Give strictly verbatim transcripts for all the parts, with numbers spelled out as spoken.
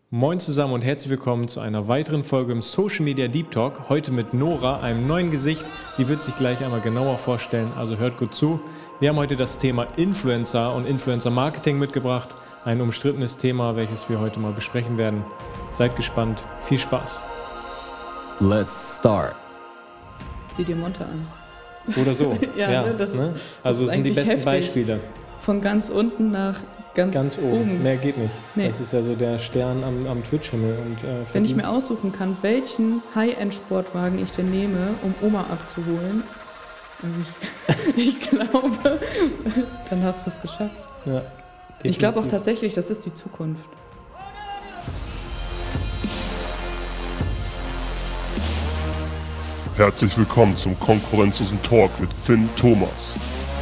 Moin zusammen und herzlich willkommen zu einer weiteren Folge im Social Media Deep Talk. Heute mit Nora, einem neuen Gesicht. Sie wird sich gleich einmal genauer vorstellen, also hört gut zu. Wir haben heute das Thema Influencer und Influencer Marketing mitgebracht. Ein umstrittenes Thema, welches wir heute mal besprechen werden. Seid gespannt. Viel Spaß. Let's start. Zieh dir Monte an. Oder so. ja, ja ne, das, ne? Also das das sind die besten heftig. Beispiele. Von ganz unten nach ganz, Ganz oben. oben. Mehr geht nicht. Nee. Das ist ja so der Stern am, am Twitch-Himmel. Und, äh, Wenn ich mir aussuchen kann, welchen High-End-Sportwagen ich denn nehme, um Oma abzuholen, also ich, ich glaube, dann hast du es geschafft. Ja, ich glaube auch tatsächlich, das ist die Zukunft. Herzlich willkommen zum konkurrenzlosen Talk mit Finn Thomas.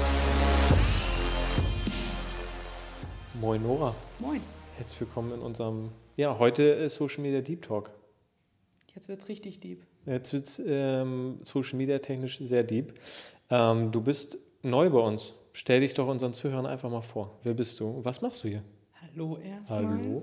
Moin Nora. Moin. Herzlich willkommen in unserem, ja, heute äh, Social Media Deep Talk. Jetzt wird's richtig deep. Jetzt wird es ähm, Social Media technisch sehr deep. Ähm, du bist neu bei uns. Stell dich doch unseren Zuhörern einfach mal vor. Wer bist du? Was machst du hier? Hallo erstmal. Hallo.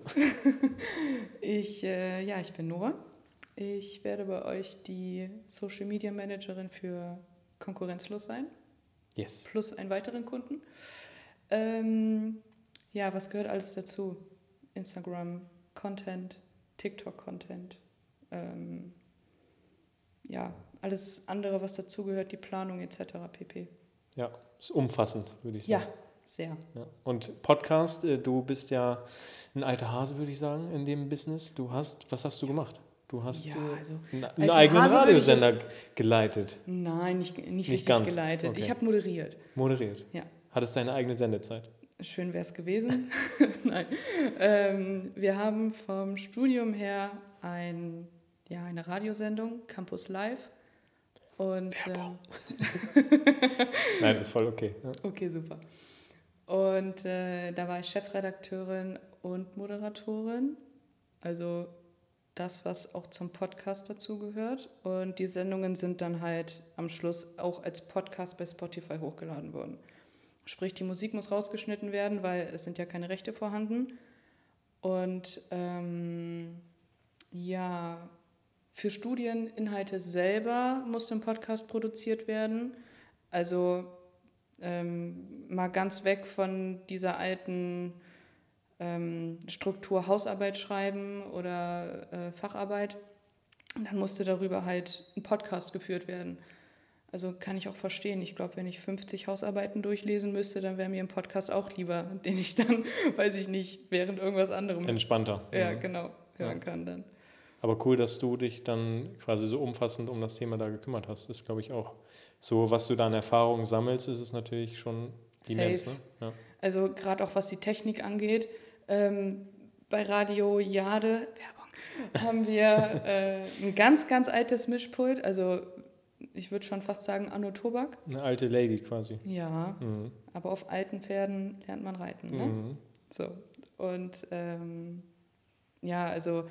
ich, äh, ja, ich bin Nora. Ich werde bei euch die Social Media Managerin für Konkurrenzlos sein. Yes. Plus einen weiteren Kunden. Ähm, ja, was gehört alles dazu? Instagram, Content, TikTok-Content, ähm, ja, alles andere, was dazugehört, die Planung et cetera pp. Ja, ist umfassend, würde ich sagen. Ja, sehr. Ja. Und Podcast, äh, du bist ja ein alter Hase, würde ich sagen, in dem Business. Du hast, was hast du gemacht? Du hast Ja, äh, also, einen, alter einen eigenen Hase würde ich Radiosender jetzt- geleitet, Nein, nicht, nicht, Nicht richtig ganz. geleitet. Okay. Ich habe moderiert. moderiert. Ja. Hattest deine eigene Sendezeit. Schön wäre es gewesen. Nein. Ähm, wir haben vom Studium her ein, ja, eine Radiosendung, Campus Live. Und ähm, Nein, das ist voll okay. Ja. okay, super. Und äh, da war ich Chefredakteurin und Moderatorin. Also das, was auch zum Podcast dazugehört. Und die Sendungen sind dann halt am Schluss auch als Podcast bei Spotify hochgeladen worden. Sprich, die Musik muss rausgeschnitten werden, weil es sind ja keine Rechte vorhanden. Und ähm, ja, für Studieninhalte selber musste ein Podcast produziert werden. Also ähm, mal ganz weg von dieser alten ähm, Struktur Hausarbeit schreiben oder äh, Facharbeit. Und dann musste darüber halt ein Podcast geführt werden. Also kann ich auch verstehen. Ich glaube, wenn ich fünfzig Hausarbeiten durchlesen müsste, dann wäre mir ein Podcast auch lieber, den ich dann, weiß ich nicht, während irgendwas anderem Entspannter. ja, Mhm. genau, hören Ja. kann dann. Aber cool, dass du dich dann quasi so umfassend um das Thema da gekümmert hast. Das ist, glaube ich, auch so, was du da an Erfahrungen sammelst, ist es natürlich schon immens. Ne? Safe. Ja. Also gerade auch was die Technik angeht. Ähm, bei Radio Jade, Werbung, haben wir äh, ein ganz, ganz altes Mischpult. Also ich würde schon fast sagen Anno Tobak. Eine alte Lady quasi. Ja, Mhm. aber auf alten Pferden lernt man reiten. Ne? Mhm. So, und ähm, ja, also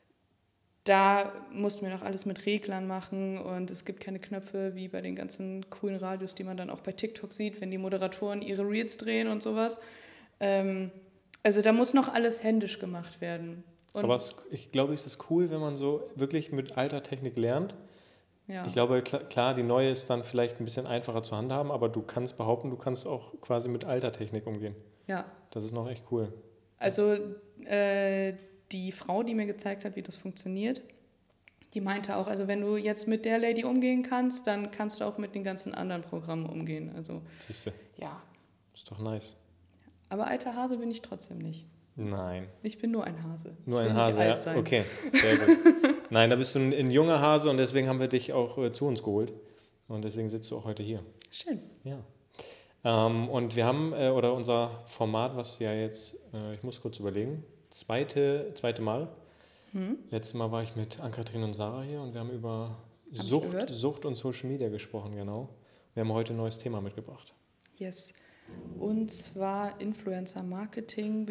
da mussten wir noch alles mit Reglern machen und es gibt keine Knöpfe wie bei den ganzen coolen Radios, die man dann auch bei TikTok sieht, wenn die Moderatoren ihre Reels drehen und sowas. Ähm, also da muss noch alles händisch gemacht werden. Und Aber es, ich glaube, es ist cool, wenn man so wirklich mit alter Technik lernt. ja. Ich glaube, klar, klar, die neue ist dann vielleicht ein bisschen einfacher zu handhaben, aber du kannst behaupten, du kannst auch quasi mit alter Technik umgehen. ja, Das ist noch echt cool. also äh, die Frau, die mir gezeigt hat, wie das funktioniert, die meinte auch, also wenn du jetzt mit der Lady umgehen kannst, dann kannst du auch mit den ganzen anderen Programmen umgehen. Also Siehst du, ja, ist doch nice. aber alter Hase bin ich trotzdem nicht. Nein, Ich bin nur ein Hase. nur ich will ein Hase, nicht ja. alt sein. Okay, sehr gut. Nein, da bist du ein, ein junger Hase und deswegen haben wir dich auch äh, zu uns geholt. Und deswegen sitzt du auch heute hier. Schön. Ja. Ähm, und wir haben, äh, oder unser Format, was ja jetzt, äh, ich muss kurz überlegen, zweite, zweite Mal. Hm? Letztes Mal war ich mit Ann-Kathrin und Sarah hier und wir haben über ich Sucht, gehört. Sucht und Social Media gesprochen, genau. Wir haben heute ein neues Thema mitgebracht. Yes. Und zwar Influencer Marketing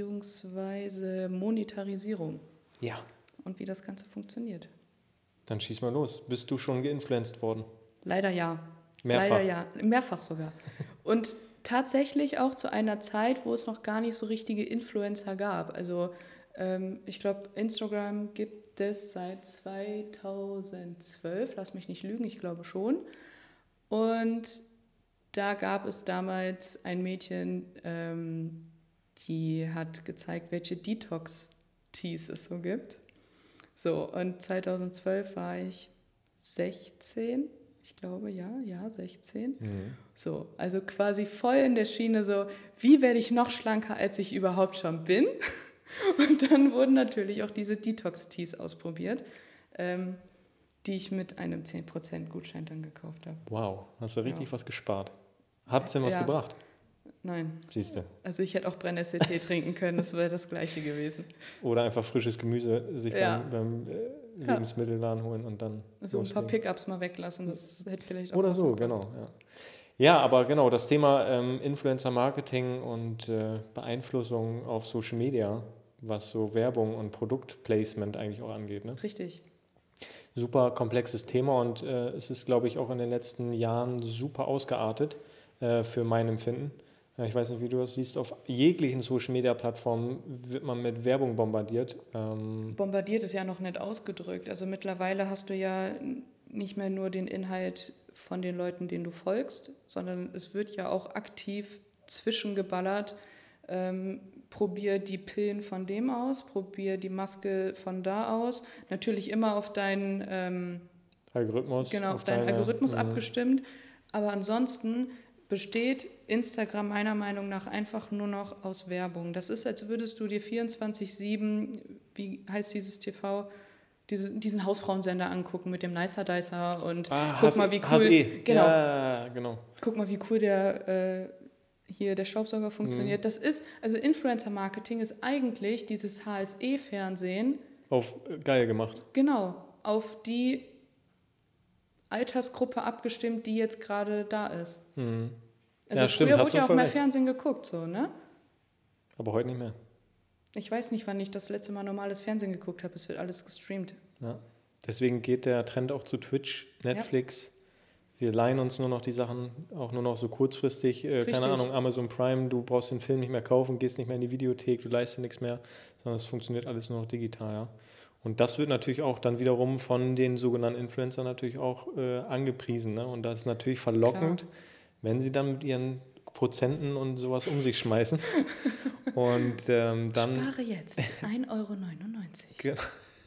bzw. Monetarisierung Ja. und wie das Ganze funktioniert. Dann schieß mal los. Bist du schon geinfluenced worden? Leider ja. Mehrfach? Leider ja. Mehrfach sogar. Und tatsächlich auch zu einer Zeit, wo es noch gar nicht so richtige Influencer gab. Also Ähm, ich glaube, Instagram gibt es seit zweitausendzwölf, lass mich nicht lügen, ich glaube schon. Und da gab es damals ein Mädchen, ähm, die hat gezeigt, welche Detox-Teas es so gibt. So, und zweitausendzwölf war ich sechzehn, ich glaube, ja, ja, sechzehn. Mhm. So, also quasi voll in der Schiene so, wie werde ich noch schlanker, als ich überhaupt schon bin? Und dann wurden natürlich auch diese Detox-Teas ausprobiert, ähm, die ich mit einem zehn Prozent Gutschein dann gekauft habe. Wow, hast du richtig ja. was gespart. Hat es denn was ja. gebracht? Nein. Siehst du. Also ich hätte auch Brennnesseltee trinken können, das wäre das Gleiche gewesen. Oder einfach frisches Gemüse sich ja. beim, beim äh, Lebensmittelladen holen und dann so loslegen. Ein paar Pickups mal weglassen, das hätte vielleicht auch Oder so, genau. Ja. ja, aber genau, das Thema ähm, Influencer-Marketing und äh, Beeinflussung auf Social Media, was so Werbung und Produktplacement eigentlich auch angeht. Ne? Richtig. Super komplexes Thema und äh, es ist, glaube ich, auch in den letzten Jahren super ausgeartet äh, für mein Empfinden. Ja, ich weiß nicht, wie du das siehst. Auf jeglichen Social-Media-Plattformen wird man mit Werbung bombardiert. Ähm bombardiert ist ja noch nicht ausgedrückt. Also mittlerweile hast du ja nicht mehr nur den Inhalt von den Leuten, denen du folgst, sondern es wird ja auch aktiv zwischengeballert. Ähm, probier die Pillen von dem aus, probier die Maske von da aus. Natürlich immer auf deinen ähm, Algorithmus, genau, auf, auf deinen deine, Algorithmus mh. abgestimmt. Aber ansonsten besteht Instagram meiner Meinung nach einfach nur noch aus Werbung. Das ist, als würdest du dir vierundzwanzig sieben, wie heißt dieses T V, diese, diesen Hausfrauensender angucken mit dem Nicer Dicer und ah, guck H C, mal, wie cool. H C E. Genau. Ja, genau. Guck mal, wie cool der äh, hier der Staubsauger funktioniert. Mhm. Das ist, also Influencer-Marketing ist eigentlich dieses H S E-Fernsehen. Auf geil gemacht. Genau, auf die Altersgruppe abgestimmt, die jetzt gerade da ist. Mhm. Also ja, stimmt. früher Hast wurde ja auch mehr recht. Fernsehen geguckt, so, ne? Aber heute nicht mehr. Ich weiß nicht, wann ich das letzte Mal normales Fernsehen geguckt habe. Es wird alles gestreamt. Ja. Deswegen geht der Trend auch zu Twitch, Netflix. Ja. Wir leihen uns nur noch die Sachen, auch nur noch so kurzfristig. Äh, keine Ahnung, Amazon Prime, du brauchst den Film nicht mehr kaufen, gehst nicht mehr in die Videothek, du leistest nichts mehr, sondern es funktioniert alles nur noch digital. Ja? Und das wird natürlich auch dann wiederum von den sogenannten Influencern natürlich auch äh, angepriesen. Ne? Und das ist natürlich verlockend, Klar. wenn sie dann mit ihren Prozenten und sowas um sich schmeißen. und ähm, dann Spare jetzt ein Euro neunundneunzig. Genau.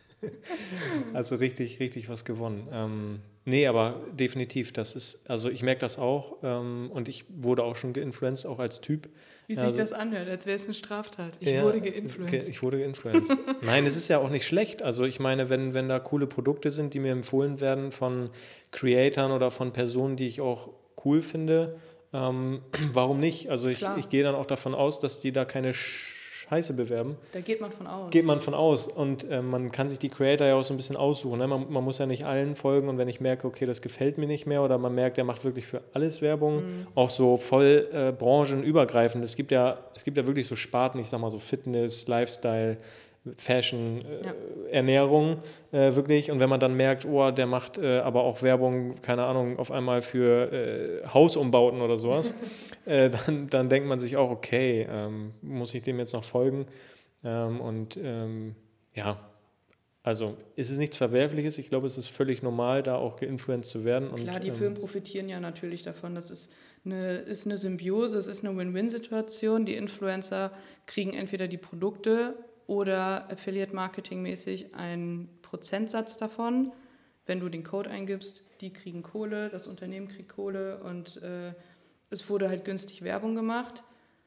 Also richtig, richtig was gewonnen. Ähm, nee, aber definitiv, das ist, also ich merke das auch ähm, und ich wurde auch schon geinfluenced, auch als Typ. Wie sich also, das anhört, als wäre es eine Straftat. Ich ja, wurde geinfluenced. Ich wurde geinfluenced. Nein, es ist ja auch nicht schlecht. Also ich meine, wenn, wenn da coole Produkte sind, die mir empfohlen werden von Creatoren oder von Personen, die ich auch cool finde, ähm, warum nicht? Also ich, ich gehe dann auch davon aus, dass die da keine Scheiße bewerben. Da geht man von aus. Geht man von aus. Und äh, man kann sich die Creator ja auch so ein bisschen aussuchen. Ne? Man, man muss ja nicht allen folgen. Und wenn ich merke, okay, das gefällt mir nicht mehr, oder man merkt, der macht wirklich für alles Werbung, mhm. auch so voll äh, branchenübergreifend. Es gibt ja, es gibt ja wirklich so Sparten, ich sag mal so Fitness, Lifestyle, Fashion, äh, ja. Ernährung, äh, wirklich. Und wenn man dann merkt, oh, der macht äh, aber auch Werbung, keine Ahnung, auf einmal für äh, Hausumbauten oder sowas, äh, dann, dann denkt man sich auch, okay, ähm, muss ich dem jetzt noch folgen? Ähm, und ähm, ja, also ist es nichts Verwerfliches. Ich glaube, es ist völlig normal, da auch geinfluenced zu werden. Klar, und, die ähm, Firmen profitieren ja natürlich davon. Das ist eine, ist eine Symbiose, es ist eine Win-Win-Situation. Die Influencer kriegen entweder die Produkte oder Affiliate-Marketing-mäßig einen Prozentsatz davon. Wenn du den Code eingibst, die kriegen Kohle, das Unternehmen kriegt Kohle und äh, es wurde halt günstig Werbung gemacht.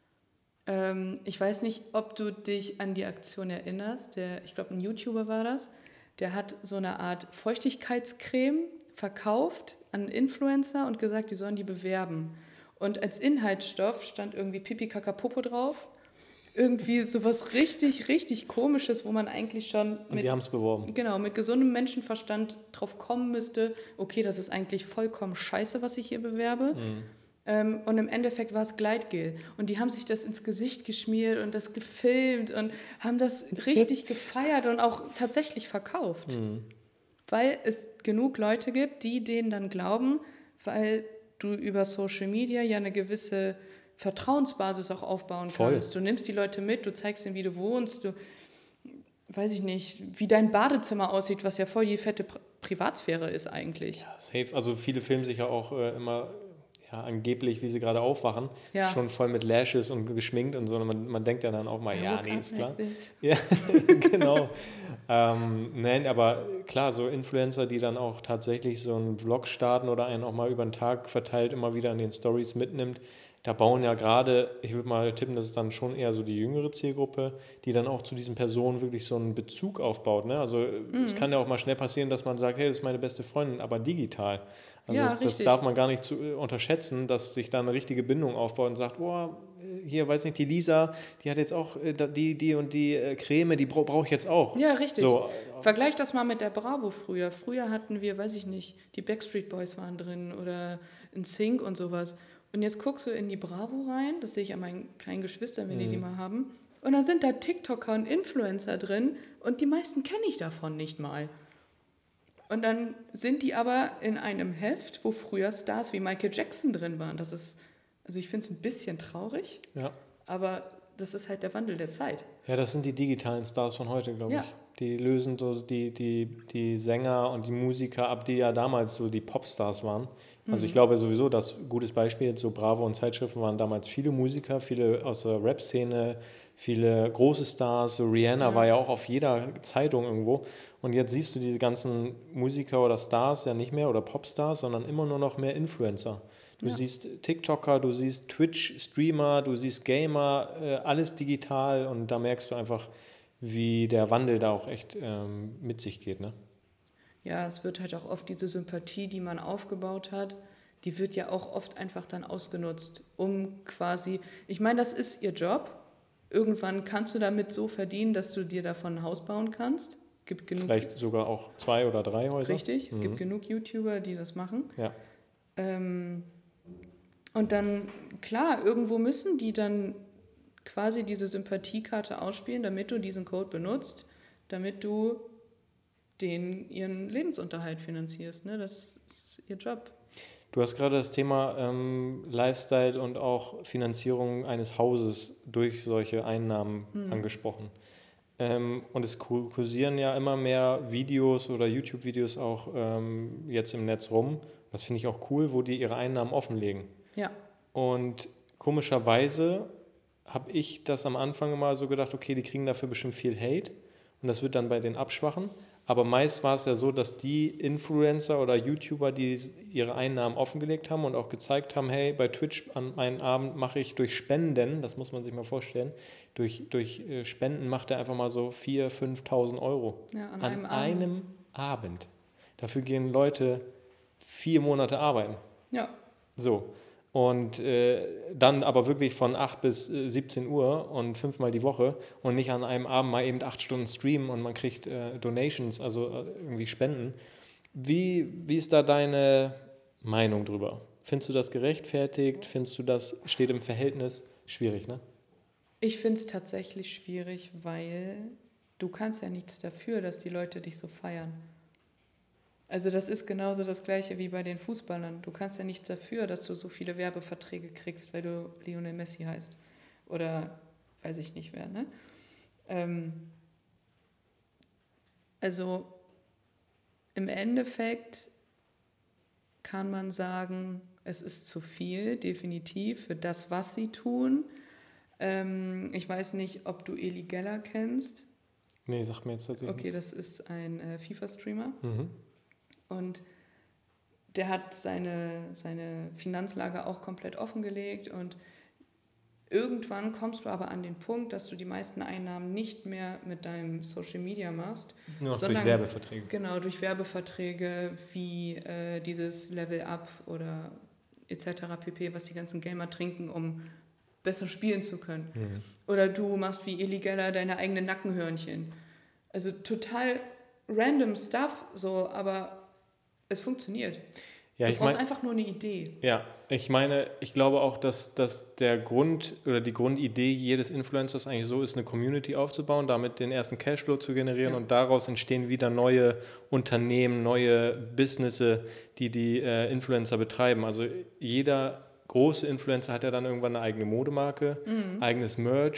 Ähm, ich weiß nicht, ob du dich an die Aktion erinnerst. Der, ich glaube, ein YouTuber war das. Der hat so eine Art Feuchtigkeitscreme verkauft an Influencer und gesagt, die sollen die bewerben. Und als Inhaltsstoff stand irgendwie Pipi Kaka Popo drauf. Irgendwie sowas richtig, richtig Komisches, wo man eigentlich schon mit, und die haben es beworben. Genau, mit gesundem Menschenverstand drauf kommen müsste, okay, das ist eigentlich vollkommen scheiße, was ich hier bewerbe. Mhm. Ähm, und im Endeffekt war es Gleitgel. Und die haben sich das ins Gesicht geschmiert und das gefilmt und haben das richtig gefeiert und auch tatsächlich verkauft. Mhm. Weil es genug Leute gibt, die denen dann glauben, weil du über Social Media ja eine gewisse Vertrauensbasis auch aufbauen Voll. kannst. Du nimmst die Leute mit, du zeigst ihnen, wie du wohnst, du weiß ich nicht, wie dein Badezimmer aussieht, was ja voll die fette Pri- Privatsphäre ist eigentlich. Ja, safe. Also viele filmen sich ja auch äh, immer ja, angeblich, wie sie gerade aufwachen, Ja. schon voll mit Lashes und geschminkt und so. Und man, man denkt ja dann auch mal, ja, woke nee, up ist klar. like this. Ja, genau. ähm, nein, aber klar, so Influencer, die dann auch tatsächlich so einen Vlog starten oder einen auch mal über den Tag verteilt immer wieder in den Stories mitnimmt, da bauen ja gerade, ich würde mal tippen, das ist dann schon eher so die jüngere Zielgruppe, die dann auch zu diesen Personen wirklich so einen Bezug aufbaut. Ne? Also Mhm. es kann ja auch mal schnell passieren, dass man sagt, hey, das ist meine beste Freundin, aber digital. Also Ja, das richtig. darf man gar nicht zu, äh, unterschätzen, dass sich da eine richtige Bindung aufbaut und sagt, oh, hier, weiß nicht, die Lisa, die hat jetzt auch äh, da- die, die und die äh, Creme, die brauche brauch ich jetzt auch. Ja, richtig. So, Vergleich das mal mit der Bravo früher. Früher hatten wir, weiß ich nicht, die Backstreet Boys waren drin oder ein Sync und sowas. Und jetzt guckst du in die Bravo rein, das sehe ich an meinen kleinen Geschwistern, wenn die die mal haben. Und dann sind da TikToker und Influencer drin und die meisten kenne ich davon nicht mal. Und dann sind die aber in einem Heft, wo früher Stars wie Michael Jackson drin waren. Das ist, also ich finde es ein bisschen traurig, ja. aber das ist halt der Wandel der Zeit. Ja, das sind die digitalen Stars von heute, glaube Ja. ich. Die lösen so die, die, die Sänger und die Musiker ab, die ja damals so die Popstars waren. Also ich glaube sowieso, das gutes Beispiel, jetzt so Bravo und Zeitschriften waren damals viele Musiker, viele aus der Rap-Szene, viele große Stars, so Rihanna Ja. war ja auch auf jeder Zeitung irgendwo. Und jetzt siehst du diese ganzen Musiker oder Stars ja nicht mehr oder Popstars, sondern immer nur noch mehr Influencer. Du Ja. siehst TikToker, du siehst Twitch-Streamer, du siehst Gamer, äh, alles digital und da merkst du einfach, wie der Wandel da auch echt ähm, mit sich geht. Ne? Ja, es wird halt auch oft diese Sympathie, die man aufgebaut hat, die wird ja auch oft einfach dann ausgenutzt, um quasi, ich meine, das ist ihr Job. Irgendwann kannst du damit so verdienen, dass du dir davon ein Haus bauen kannst. Gibt genug, Vielleicht sogar auch zwei oder drei Häuser. richtig, es Mhm. gibt genug YouTuber, die das machen. Ja. Ähm, und dann, klar, irgendwo müssen die dann quasi diese Sympathiekarte ausspielen, damit du diesen Code benutzt, damit du den ihren Lebensunterhalt finanzierst. Ne? Das ist ihr Job. Du hast gerade das Thema ähm, Lifestyle und auch Finanzierung eines Hauses durch solche Einnahmen angesprochen. Ähm, und es ku- kursieren ja immer mehr Videos oder YouTube-Videos auch ähm, jetzt im Netz rum. Das finde ich auch cool, wo die ihre Einnahmen offenlegen. Ja, Und komischerweise habe ich das am Anfang immer so gedacht, okay, die kriegen dafür bestimmt viel Hate und das wird dann bei denen abschwachen. Aber meist war es ja so, dass die Influencer oder YouTuber, die ihre Einnahmen offengelegt haben und auch gezeigt haben, hey, bei Twitch an meinen Abend mache ich durch Spenden, das muss man sich mal vorstellen, durch, durch äh, Spenden macht er einfach mal so viertausend, fünftausend Euro. ja an, An einem Abend. einem Abend. Dafür gehen Leute vier Monate arbeiten. Ja, So. Und äh, dann aber wirklich von acht bis äh, siebzehn Uhr und fünfmal die Woche und nicht an einem Abend mal eben acht Stunden streamen und man kriegt äh, Donations, also äh, irgendwie Spenden. Wie, wie ist da deine Meinung drüber? Findest du das gerechtfertigt? Findest du das steht im Verhältnis? Schwierig, ne? ich finde es tatsächlich schwierig, weil du kannst ja nichts dafür, dass die Leute dich so feiern. Also das ist genauso das Gleiche wie bei den Fußballern. Du kannst ja nichts dafür, dass du so viele Werbeverträge kriegst, weil du Lionel Messi heißt. Oder weiß ich nicht wer, ne? Ähm, also im Endeffekt kann man sagen, es ist zu viel, definitiv, für das, was sie tun. Ähm, ich weiß nicht, ob du Eli Geller kennst. Nee, sagt mir jetzt tatsächlich Okay, nichts. das ist ein äh, FIFA-Streamer. Mhm. Und der hat seine, seine Finanzlage auch komplett offengelegt und irgendwann kommst du aber an den Punkt, dass du die meisten Einnahmen nicht mehr mit deinem Social Media machst, Nur noch sondern durch Werbeverträge. genau durch Werbeverträge wie äh, dieses Level Up oder et cetera pp., was die ganzen Gamer trinken, um besser spielen zu können. Mhm. Oder du machst wie Eli Geller deine eigenen Nackenhörnchen. Also total random Stuff, so, aber es funktioniert. Ja, du ich brauchst mein- einfach nur eine Idee. Ja, ich meine, ich glaube auch, dass, dass der Grund oder die Grundidee jedes Influencers eigentlich so ist, eine Community aufzubauen, damit den ersten Cashflow zu generieren Ja. und daraus entstehen wieder neue Unternehmen, neue Businesses, die die äh, Influencer betreiben. Also jeder große Influencer hat ja dann irgendwann eine eigene Modemarke, eigenes Merch,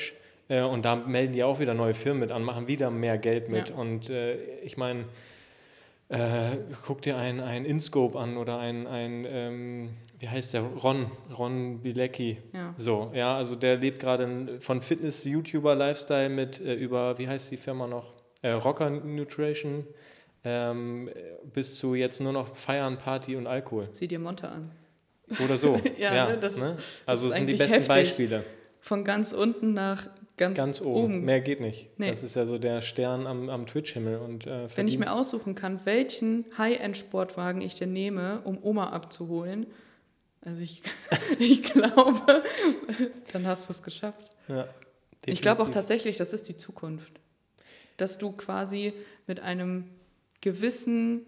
Äh, und da melden die auch wieder neue Firmen mit an, machen wieder mehr Geld mit. Ja. Und äh, ich meine, äh, guck dir ein, ein InScope an oder ein, ein ähm, wie heißt der, Ron, Ron Bilecki. Ja. So, ja, also der lebt gerade von Fitness-YouTuber-Lifestyle mit äh, über, wie heißt die Firma noch? Äh, Rocker Nutrition, ähm, bis zu jetzt nur noch Feiern, Party und Alkohol. Sieh dir Monte an. Oder so. Ja, ja, ne, das- ne? das Also ist das sind die eigentlich besten heftig. Beispiele. Von ganz unten nach ganz, Ganz oben. oben. Mehr geht nicht. Nee. Das ist ja so der Stern am, am Twitch-Himmel. Und, äh, Wenn ich verdient- mir aussuchen kann, welchen High-End-Sportwagen ich denn nehme, um Oma abzuholen, also ich, ich glaube, dann hast du es geschafft. ja, Ich glaube auch definitiv. tatsächlich, das ist die Zukunft. Dass du quasi mit einem gewissen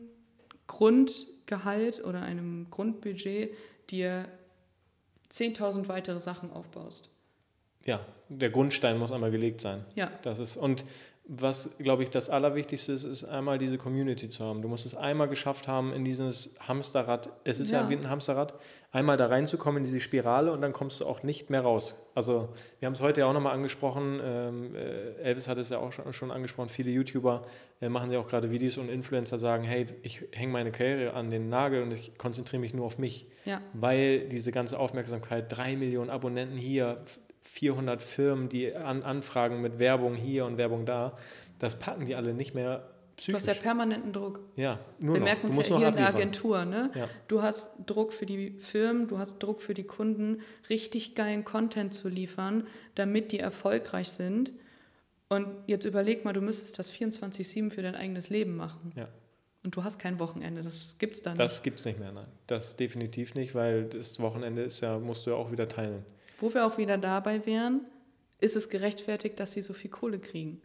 Grundgehalt oder einem Grundbudget dir zehntausend weitere Sachen aufbaust. Ja, der Grundstein muss einmal gelegt sein. Ja, Das ist, und was, glaube ich, das Allerwichtigste ist, ist einmal diese Community zu haben. Du musst es einmal geschafft haben, in dieses Hamsterrad, es ist ja, Ja. wie ein Hamsterrad, einmal da reinzukommen in diese Spirale und dann kommst du auch nicht mehr raus. Also wir haben es heute ja auch nochmal angesprochen, ähm, äh, Elvis hat es ja auch schon, schon angesprochen, viele YouTuber äh, machen ja auch gerade Videos und Influencer sagen, hey, ich hänge meine Karriere an den Nagel und ich konzentriere mich nur auf mich. ja, Weil diese ganze Aufmerksamkeit, drei Millionen Abonnenten hier, vierhundert Firmen, die an, anfragen mit Werbung hier und Werbung da, das packen die alle nicht mehr du psychisch. hast ja permanenten Druck. ja, nur Wir noch. merken Du uns musst ja noch hier in der abliefern. Agentur, ne? Ja. Du hast Druck für die Firmen, du hast Druck für die Kunden, richtig geilen Content zu liefern, damit die erfolgreich sind. Und jetzt überleg mal, du müsstest das vierundzwanzig sieben für dein eigenes Leben machen. Ja. Und du hast kein Wochenende, das gibt's dann Das gibt es nicht mehr, nein. Das definitiv nicht, weil das Wochenende ist ja, musst du ja auch wieder teilen. nicht. Wo wir auch wieder dabei wären, ist es gerechtfertigt, dass sie so viel Kohle kriegen.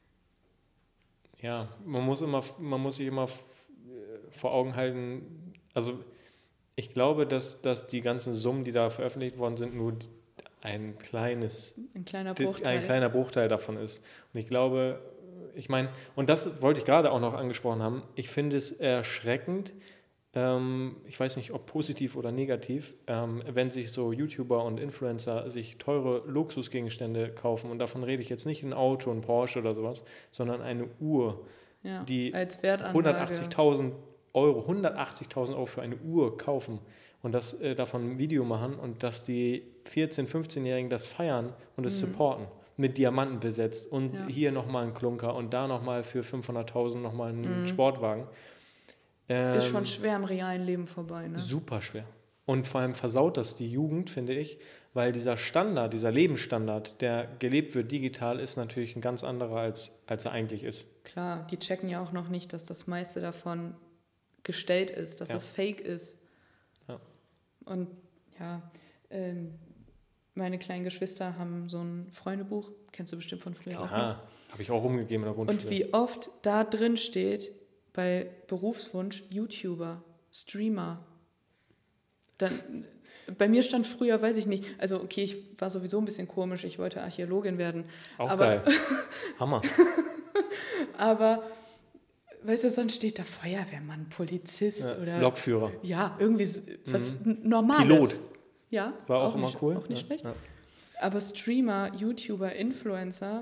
Ja, man muss immer, man muss sich immer f- vor Augen halten, also ich glaube, dass, dass die ganzen Summen, die da veröffentlicht worden sind, nur ein kleines Ein kleiner di- Bruchteil. ein kleiner Bruchteil davon ist. Und ich glaube, ich meine, und das wollte ich gerade auch noch angesprochen haben, ich finde es erschreckend, ähm, ich weiß nicht, ob positiv oder negativ, ähm, wenn sich so YouTuber und Influencer sich teure Luxusgegenstände kaufen, und davon rede ich jetzt nicht ein Auto, ein Porsche oder sowas, sondern eine Uhr, ja, die als Wertanlage. hundertachtzigtausend Euro, hundertachtzigtausend Euro für eine Uhr kaufen und das äh, davon ein Video machen und dass die vierzehn-, fünfzehnjährigen das feiern und es supporten, mit Diamanten besetzt und Ja. hier nochmal ein Klunker und da nochmal für fünfhunderttausend nochmal einen Sportwagen. Ähm, Ist schon schwer im realen Leben vorbei, ne? Super schwer. Und vor allem versaut das die Jugend, finde ich, weil dieser Standard, dieser Lebensstandard, der gelebt wird digital, ist natürlich ein ganz anderer, als, als er eigentlich ist. Klar, die checken ja auch noch nicht, dass das meiste davon gestellt ist, dass Ja. das fake ist. Ja. Und ja, ähm, meine kleinen Geschwister haben so ein Freundebuch, kennst du bestimmt von früher auch noch. Ah, habe ich auch rumgegeben in der Grundschule. Und wie oft da drin steht, bei Berufswunsch, YouTuber, Streamer. Dann, bei mir stand früher, weiß ich nicht, also okay, ich war sowieso ein bisschen komisch, ich wollte Archäologin werden. Auch aber, geil. Hammer. Aber, weißt du, sonst steht da Feuerwehrmann, Polizist Ja, oder... Lokführer. Ja, irgendwie so- was n- Normales. Pilot. Ja, War auch, immer nicht, cool. Auch nicht ja. schlecht. Ja. Aber Streamer, YouTuber, Influencer,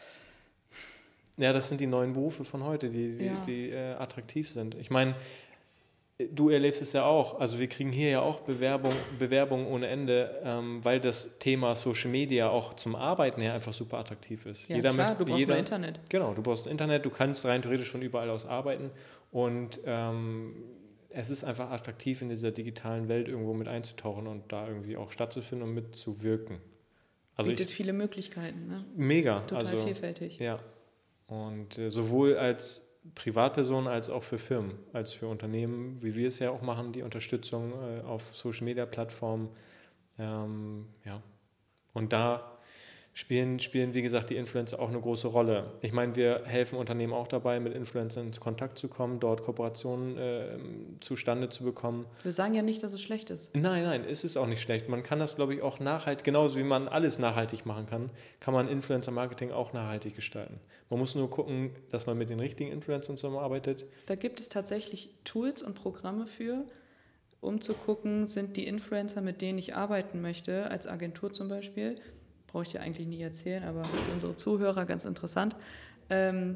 Ja, das sind die neuen Berufe von heute, die, die, Ja. die äh, attraktiv sind. Ich meine, du erlebst es ja auch. Also wir kriegen hier ja auch Bewerbung, Bewerbungen ohne Ende, ähm, weil das Thema Social Media auch zum Arbeiten her einfach super attraktiv ist. ja klar, möchte- du brauchst jeder, nur Internet. Genau, du brauchst Internet, du kannst rein theoretisch von überall aus arbeiten und ähm, es ist einfach attraktiv, in dieser digitalen Welt irgendwo mit einzutauchen und da irgendwie auch stattzufinden und mitzuwirken. Also Bietet ich, viele Möglichkeiten, ne? mega. Total also, vielfältig. Ja. Und äh, sowohl als Privatperson als auch für Firmen, als für Unternehmen, wie wir es ja auch machen, die Unterstützung äh, auf Social-Media-Plattformen. Ähm, ja. Und da spielen, spielen, wie gesagt, die Influencer auch eine große Rolle. Ich meine, wir helfen Unternehmen auch dabei, mit Influencern in Kontakt zu kommen, dort Kooperationen äh, zustande zu bekommen. Wir sagen ja nicht, dass es schlecht ist. Nein, nein, es ist auch nicht schlecht. Man kann das, glaube ich, auch nachhaltig, genauso wie man alles nachhaltig machen kann, kann man Influencer-Marketing auch nachhaltig gestalten. Man muss nur gucken, dass man mit den richtigen Influencern zusammenarbeitet. Da gibt es tatsächlich Tools und Programme für, um zu gucken, sind die Influencer, mit denen ich arbeiten möchte, als Agentur zum Beispiel, brauche ich dir eigentlich nicht erzählen, aber für unsere Zuhörer ganz interessant. Ähm,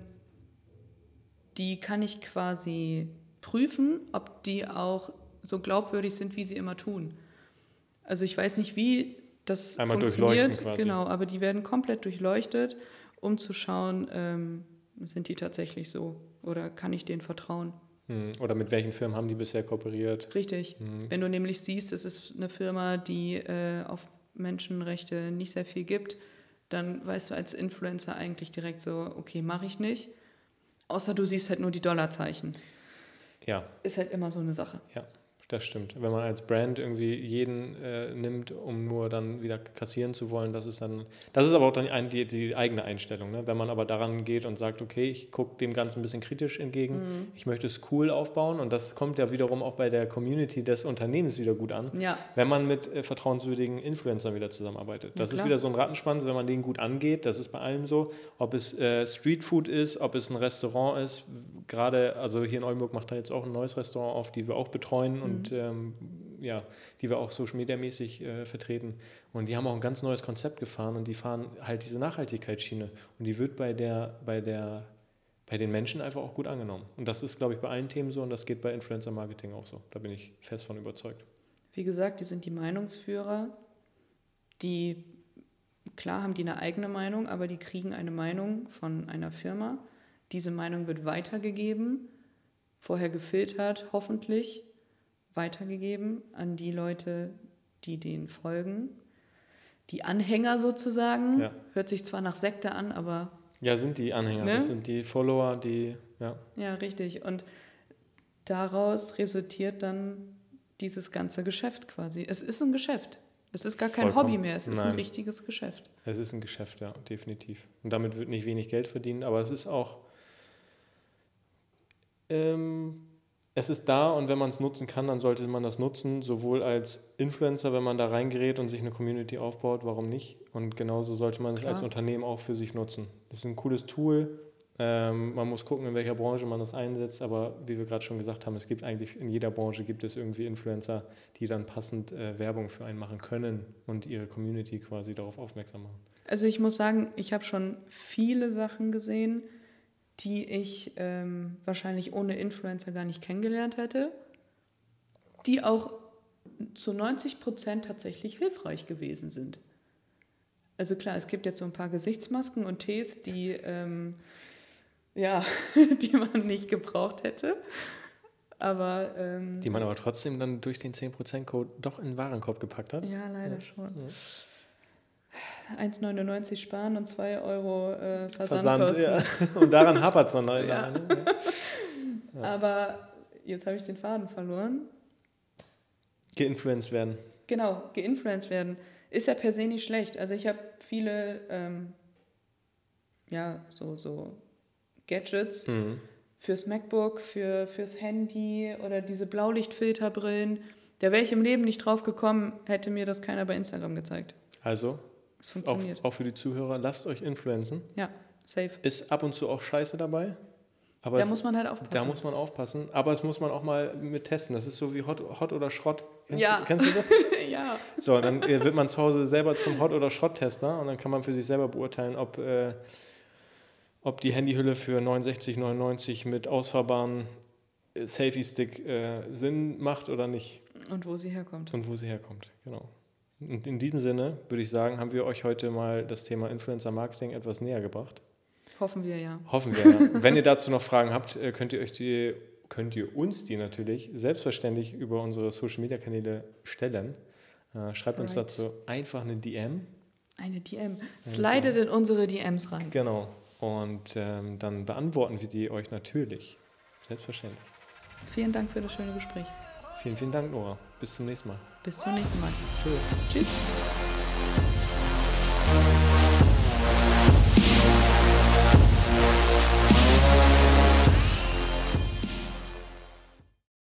die kann ich quasi prüfen, ob die auch so glaubwürdig sind, wie sie immer tun. Also ich weiß nicht, wie das Einmal funktioniert, durchleuchten quasi. genau, aber die werden komplett durchleuchtet, um zu schauen, ähm, sind die tatsächlich so oder kann ich denen vertrauen? Hm. Oder mit welchen Firmen haben die bisher kooperiert? Richtig. Mhm. Wenn du nämlich siehst, es ist eine Firma, die äh, auf Menschenrechte nicht sehr viel gibt, dann weißt du als Influencer eigentlich direkt so, okay, mache ich nicht. Außer du siehst halt nur die Dollarzeichen. Ja. Ist halt immer so eine Sache. Ja, das stimmt. Wenn man als Brand irgendwie jeden äh, nimmt, um nur dann wieder kassieren zu wollen, das ist dann, das ist aber auch dann ein, die, die eigene Einstellung. Ne? Wenn man aber daran geht und sagt, okay, ich gucke dem Ganzen ein bisschen kritisch entgegen, mhm. ich möchte es cool aufbauen und das kommt ja wiederum auch bei der Community des Unternehmens wieder gut an, Ja. wenn man mit äh, vertrauenswürdigen Influencern wieder zusammenarbeitet. Das Ja, ist wieder so ein Rattenschwanz, wenn man den gut angeht, das ist bei allem so, ob es äh, Streetfood ist, ob es ein Restaurant ist, gerade, also hier in Oldenburg macht da jetzt auch ein neues Restaurant auf, die wir auch betreuen mhm. und Und ähm, ja, die wir auch Social Media mäßig äh, vertreten. Und die haben auch ein ganz neues Konzept gefahren und die fahren halt diese Nachhaltigkeitsschiene. Und die wird bei der, bei der, bei den Menschen einfach auch gut angenommen. Und das ist, glaube ich, bei allen Themen so und das geht bei Influencer Marketing auch so. Da bin ich fest von überzeugt. Wie gesagt, die sind die Meinungsführer. Die, klar haben die eine eigene Meinung, aber die kriegen eine Meinung von einer Firma. Diese Meinung wird weitergegeben, vorher gefiltert, hoffentlich weitergegeben an die Leute, die denen folgen. Die Anhänger sozusagen, ja. Hört sich zwar nach Sekte an, aber... Ja, sind die Anhänger, ne? Das sind die Follower, die... Ja. ja, richtig. Und daraus resultiert dann dieses ganze Geschäft quasi. Es ist ein Geschäft. Es ist gar kein Vollkommen. Hobby mehr, es ist Nein. ein richtiges Geschäft. Es ist ein Geschäft, ja, definitiv. Und damit wird nicht wenig Geld verdient, aber es ist auch... Ähm, Es ist da und wenn man es nutzen kann, dann sollte man das nutzen, sowohl als Influencer, wenn man da reingerät und sich eine Community aufbaut, warum nicht? Und genauso sollte man es als Unternehmen auch für sich nutzen. Das ist ein cooles Tool. Ähm, man muss gucken, in welcher Branche man das einsetzt, aber wie wir gerade schon gesagt haben, es gibt eigentlich in jeder Branche gibt es irgendwie Influencer, die dann passend äh, Werbung für einen machen können und ihre Community quasi darauf aufmerksam machen. Also ich muss sagen, ich habe schon viele Sachen gesehen, die ich ähm, wahrscheinlich ohne Influencer gar nicht kennengelernt hätte, die auch zu neunzig Prozent tatsächlich hilfreich gewesen sind. Also klar, es gibt jetzt so ein paar Gesichtsmasken und Tees, die, ähm, ja, die man nicht gebraucht hätte. Aber, ähm, die man aber trotzdem dann durch den zehn Prozent Code doch in den Warenkorb gepackt hat? Ja, leider ja. schon. Ja. eins neunundneunzig sparen und zwei Euro äh, Versand, Versandkosten. ja. Und daran hapert es dann. Ja. Ja. Ne? Ja. Aber jetzt habe ich den Faden verloren. Geinfluenced werden. Genau, geinfluenced werden. Ist ja per se nicht schlecht. Also ich habe viele ähm, ja, so, so Gadgets mhm. fürs MacBook, für, fürs Handy oder diese Blaulichtfilterbrillen. Da wäre ich im Leben nicht drauf gekommen, hätte mir das keiner bei Instagram gezeigt. Also, es funktioniert. Auch, auch für die Zuhörer, lasst euch influenzen. Ja, safe. Ist ab und zu auch Scheiße dabei. Aber da es, muss man halt aufpassen. Da muss man aufpassen, aber es muss man auch mal mit testen. Das ist so wie Hot, Hot oder Schrott. Kennst ja. Du, kennst du das? Ja. So, dann wird man zu Hause selber zum Hot- oder Schrott-Tester und dann kann man für sich selber beurteilen, ob, äh, ob die Handyhülle für neunundsechzig neunundneunzig mit ausfahrbaren Selfie-Stick äh, Sinn macht oder nicht. Und wo sie herkommt. Und wo sie herkommt, genau. Und in diesem Sinne würde ich sagen, haben wir euch heute mal das Thema Influencer-Marketing etwas näher gebracht. Hoffen wir, ja. Hoffen wir, ja. Wenn ihr dazu noch Fragen habt, könnt ihr euch die, könnt ihr uns die natürlich selbstverständlich über unsere Social-Media-Kanäle stellen. Äh, schreibt right. uns dazu einfach eine D M. Eine D M. Slidet in unsere D Ms rein. Genau. Und ähm, dann beantworten wir die euch natürlich. Selbstverständlich. Vielen Dank für das schöne Gespräch. Vielen, vielen Dank, Nora. Bis zum nächsten Mal. Bis zum nächsten Mal. Tschüss. Tschüss.